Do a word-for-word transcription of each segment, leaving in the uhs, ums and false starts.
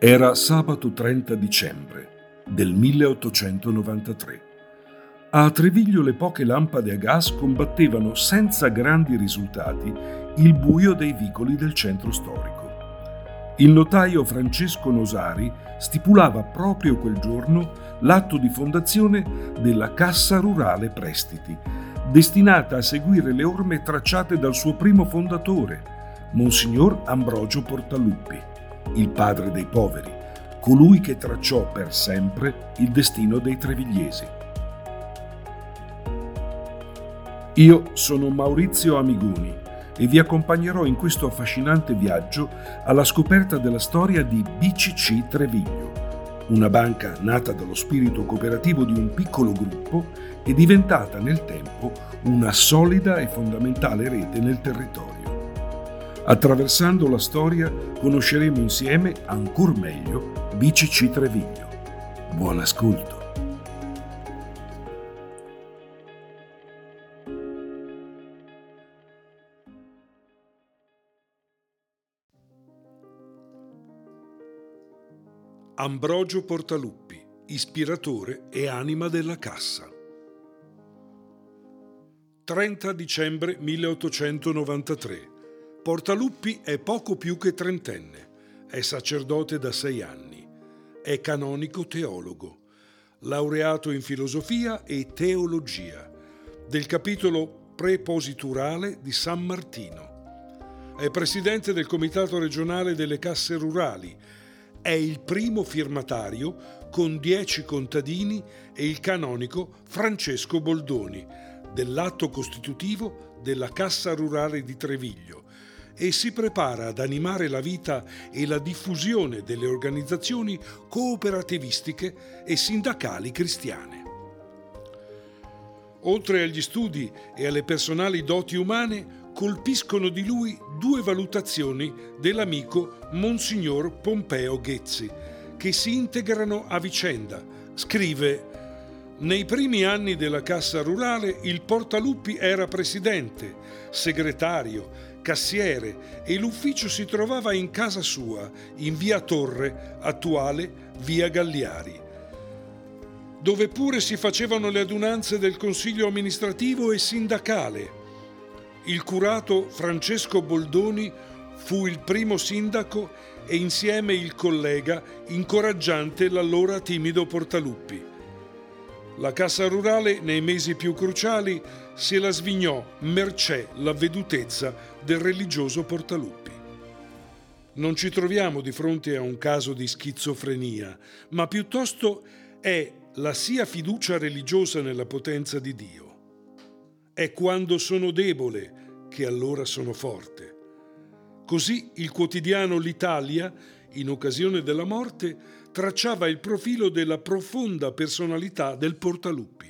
Era sabato trenta dicembre del milleottocentonovantatré. A Treviglio le poche lampade a gas combattevano senza grandi risultati il buio dei vicoli del centro storico. Il notaio Francesco Nosari stipulava proprio quel giorno l'atto di fondazione della Cassa Rurale Prestiti, destinata a seguire le orme tracciate dal suo primo fondatore, Monsignor Ambrogio Portaluppi, il padre dei poveri, colui che tracciò per sempre il destino dei trevigliesi. Io sono Maurizio Amigoni e vi accompagnerò in questo affascinante viaggio alla scoperta della storia di B C C Treviglio, una banca nata dallo spirito cooperativo di un piccolo gruppo e diventata nel tempo una solida e fondamentale rete nel territorio. Attraversando la storia conosceremo insieme ancor meglio B C C Treviglio. Buon ascolto. Ambrogio Portaluppi, ispiratore e anima della Cassa. trenta dicembre milleottocentonovantatré. Portaluppi è poco più che trentenne, è sacerdote da sei anni, è canonico teologo, laureato in filosofia e teologia del capitolo prepositurale di San Martino. È presidente del Comitato regionale delle Casse Rurali, è il primo firmatario con dieci contadini e il canonico Francesco Boldoni dell'atto costitutivo della Cassa Rurale di Treviglio, e si prepara ad animare la vita e la diffusione delle organizzazioni cooperativistiche e sindacali cristiane. Oltre agli studi e alle personali doti umane, colpiscono di lui due valutazioni dell'amico Monsignor Pompeo Ghezzi, che si integrano a vicenda. Scrive: nei primi anni della Cassa Rurale il Portaluppi era presidente, segretario, cassiere e l'ufficio si trovava in casa sua, in via Torre, attuale via Galliari, dove pure si facevano le adunanze del consiglio amministrativo e sindacale. Il curato Francesco Boldoni fu il primo sindaco e insieme il collega incoraggiante l'allora timido Portaluppi. La Cassa Rurale, nei mesi più cruciali, se la svignò mercé l'avvedutezza del religioso Portaluppi. Non ci troviamo di fronte a un caso di schizofrenia, ma piuttosto è la sia fiducia religiosa nella potenza di Dio. È quando sono debole che allora sono forte. Così il quotidiano L'Italia, in occasione della morte, tracciava il profilo della profonda personalità del Portaluppi.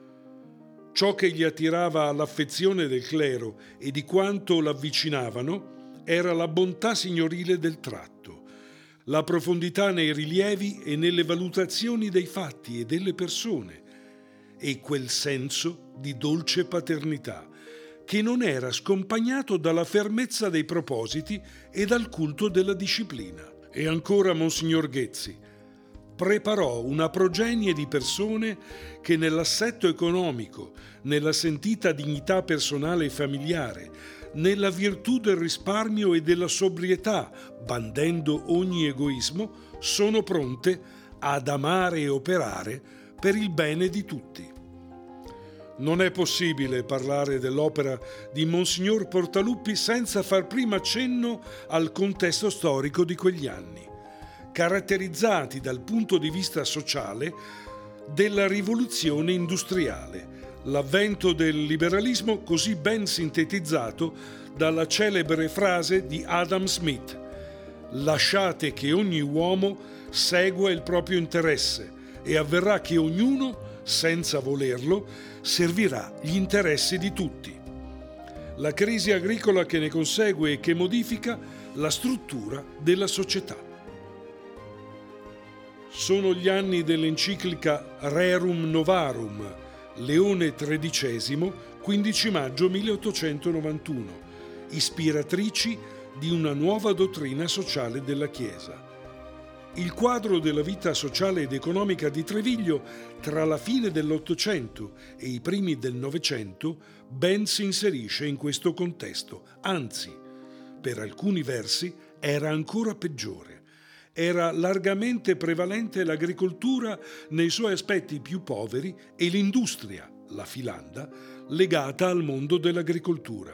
Ciò che gli attirava all'affezione del clero e di quanto l'avvicinavano era la bontà signorile del tratto, la profondità nei rilievi e nelle valutazioni dei fatti e delle persone, e quel senso di dolce paternità che non era scompagnato dalla fermezza dei propositi e dal culto della disciplina. E ancora Monsignor Ghezzi preparò una progenie di persone che nell'assetto economico, nella sentita dignità personale e familiare, nella virtù del risparmio e della sobrietà, bandendo ogni egoismo, sono pronte ad amare e operare per il bene di tutti. Non è possibile parlare dell'opera di Monsignor Portaluppi senza far prima cenno al contesto storico di quegli anni, caratterizzati dal punto di vista sociale della rivoluzione industriale, l'avvento del liberalismo così ben sintetizzato dalla celebre frase di Adam Smith: «Lasciate che ogni uomo segua il proprio interesse e avverrà che ognuno, senza volerlo, servirà gli interessi di tutti». La crisi agricola che ne consegue e che modifica la struttura della società. Sono gli anni dell'enciclica Rerum Novarum, Leone tredicesimo, quindici maggio milleottocentonovantuno, ispiratrici di una nuova dottrina sociale della Chiesa. Il quadro della vita sociale ed economica di Treviglio tra la fine dell'Ottocento e i primi del Novecento ben si inserisce in questo contesto, anzi, per alcuni versi era ancora peggiore. Era largamente prevalente l'agricoltura nei suoi aspetti più poveri e l'industria, la filanda, legata al mondo dell'agricoltura.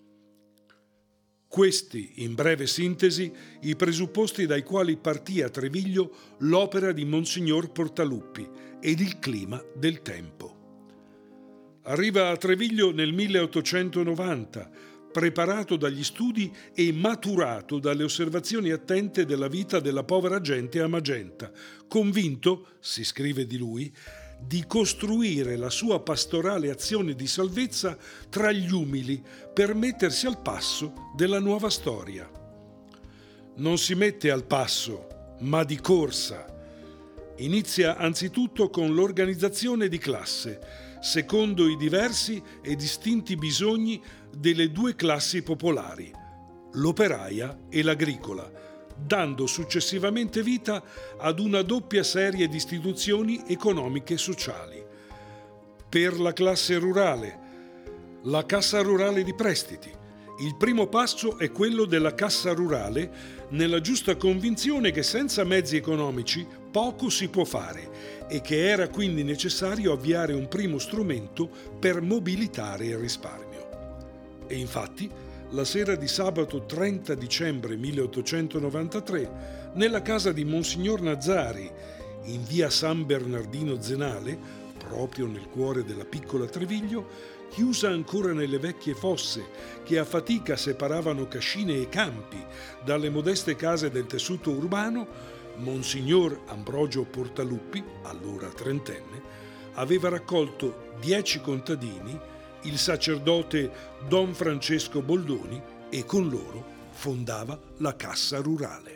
Questi, in breve sintesi, i presupposti dai quali partì a Treviglio l'opera di Monsignor Portaluppi ed il clima del tempo. Arriva a Treviglio nel milleottocentonovanta, preparato dagli studi e maturato dalle osservazioni attente della vita della povera gente a Magenta, convinto, si scrive di lui, di costruire la sua pastorale azione di salvezza tra gli umili per mettersi al passo della nuova storia. Non si mette al passo, ma di corsa. Inizia anzitutto con l'organizzazione di classe, secondo i diversi e distinti bisogni delle due classi popolari, l'operaia e l'agricola, dando successivamente vita ad una doppia serie di istituzioni economiche e sociali. Per la classe rurale, la Cassa Rurale di Prestiti. Il primo passo è quello della Cassa Rurale, nella giusta convinzione che senza mezzi economici poco si può fare e che era quindi necessario avviare un primo strumento per mobilitare il risparmio. E infatti, la sera di sabato trenta dicembre milleottocentonovantatré, nella casa di Monsignor Nazzari, in via San Bernardino Zenale, proprio nel cuore della piccola Treviglio, chiusa ancora nelle vecchie fosse che a fatica separavano cascine e campi dalle modeste case del tessuto urbano, Monsignor Ambrogio Portaluppi, allora trentenne, aveva raccolto dieci contadini, il sacerdote Don Francesco Boldoni e con loro fondava la Cassa Rurale.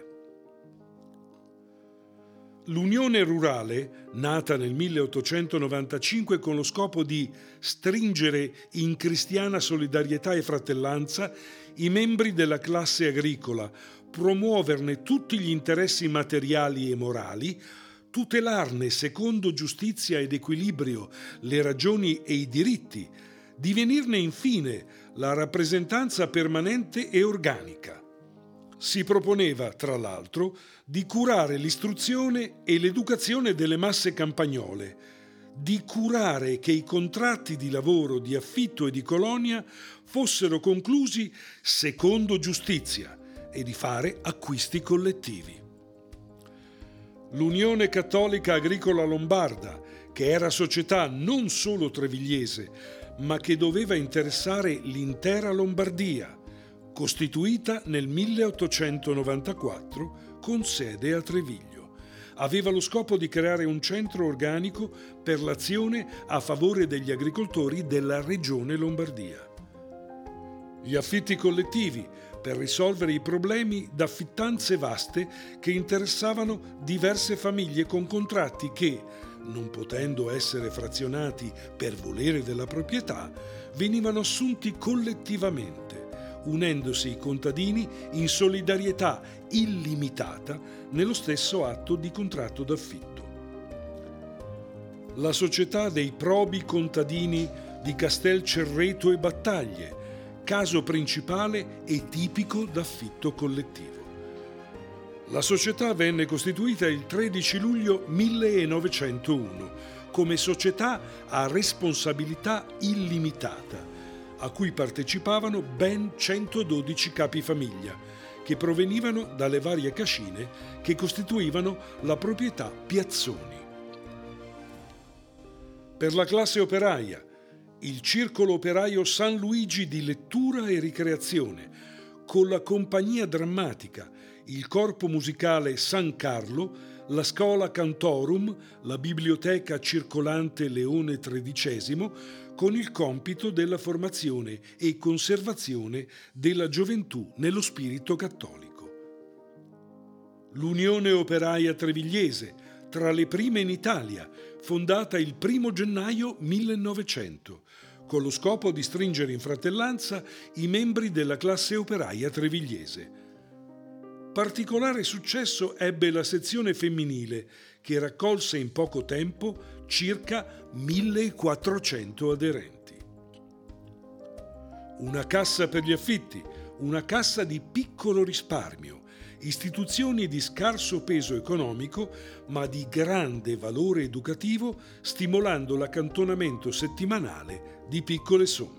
L'Unione Rurale, nata nel milleottocentonovantacinque con lo scopo di stringere in cristiana solidarietà e fratellanza i membri della classe agricola, promuoverne tutti gli interessi materiali e morali, tutelarne secondo giustizia ed equilibrio le ragioni e i diritti, divenirne infine la rappresentanza permanente e organica. Si proponeva, tra l'altro, di curare l'istruzione e l'educazione delle masse campagnole, di curare che i contratti di lavoro, di affitto e di colonia fossero conclusi secondo giustizia e di fare acquisti collettivi. L'Unione Cattolica Agricola Lombarda, che era società non solo trevigliese, ma che doveva interessare l'intera Lombardia, costituita nel milleottocentonovantaquattro con sede a Treviglio. Aveva lo scopo di creare un centro organico per l'azione a favore degli agricoltori della regione Lombardia. Gli affitti collettivi per risolvere i problemi d'affittanze vaste che interessavano diverse famiglie con contratti che, non potendo essere frazionati per volere della proprietà, venivano assunti collettivamente, unendosi i contadini in solidarietà illimitata nello stesso atto di contratto d'affitto. La società dei probi contadini di Castel Cerreto e Battaglie, caso principale e tipico d'affitto collettivo. La società venne costituita il tredici luglio millenovecentouno come società a responsabilità illimitata, a cui partecipavano ben centododici capifamiglia, che provenivano dalle varie cascine che costituivano la proprietà Piazzoni. Per la classe operaia, il Circolo Operaio San Luigi di lettura e ricreazione, con la compagnia drammatica, il corpo musicale San Carlo, la Schola Cantorum, la biblioteca circolante Leone tredicesimo, con il compito della formazione e conservazione della gioventù nello spirito cattolico. L'Unione Operaia Trevigliese, tra le prime in Italia, fondata il primo gennaio millenovecento, con lo scopo di stringere in fratellanza i membri della classe operaia trevigliese. Particolare successo ebbe la sezione femminile, che raccolse in poco tempo circa millequattrocento aderenti. Una cassa per gli affitti, una cassa di piccolo risparmio, istituzioni di scarso peso economico ma di grande valore educativo, stimolando l'accantonamento settimanale di piccole somme.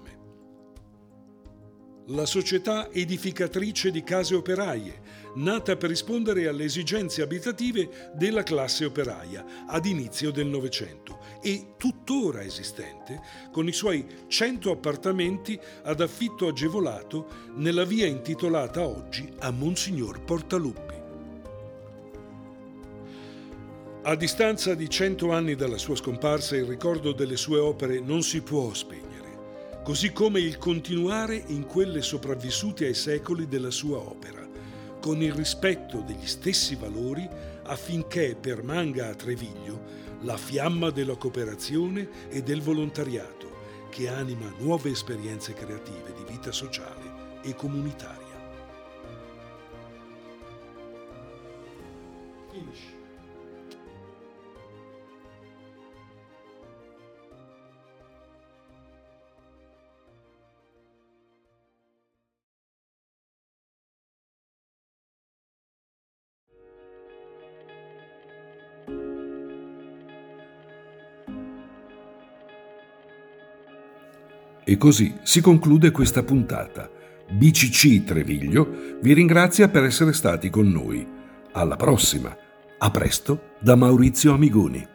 La società edificatrice di case operaie, nata per rispondere alle esigenze abitative della classe operaia ad inizio del Novecento e tuttora esistente, con i suoi cento appartamenti ad affitto agevolato nella via intitolata oggi a Monsignor Portaluppi. A distanza di cento anni dalla sua scomparsa, il ricordo delle sue opere non si può spegnere, così come il continuare in quelle sopravvissute ai secoli della sua opera, con il rispetto degli stessi valori affinché permanga a Treviglio la fiamma della cooperazione e del volontariato che anima nuove esperienze creative di vita sociale e comunitaria. Finish. E così si conclude questa puntata. B C C Treviglio vi ringrazia per essere stati con noi. Alla prossima. A presto da Maurizio Amigoni.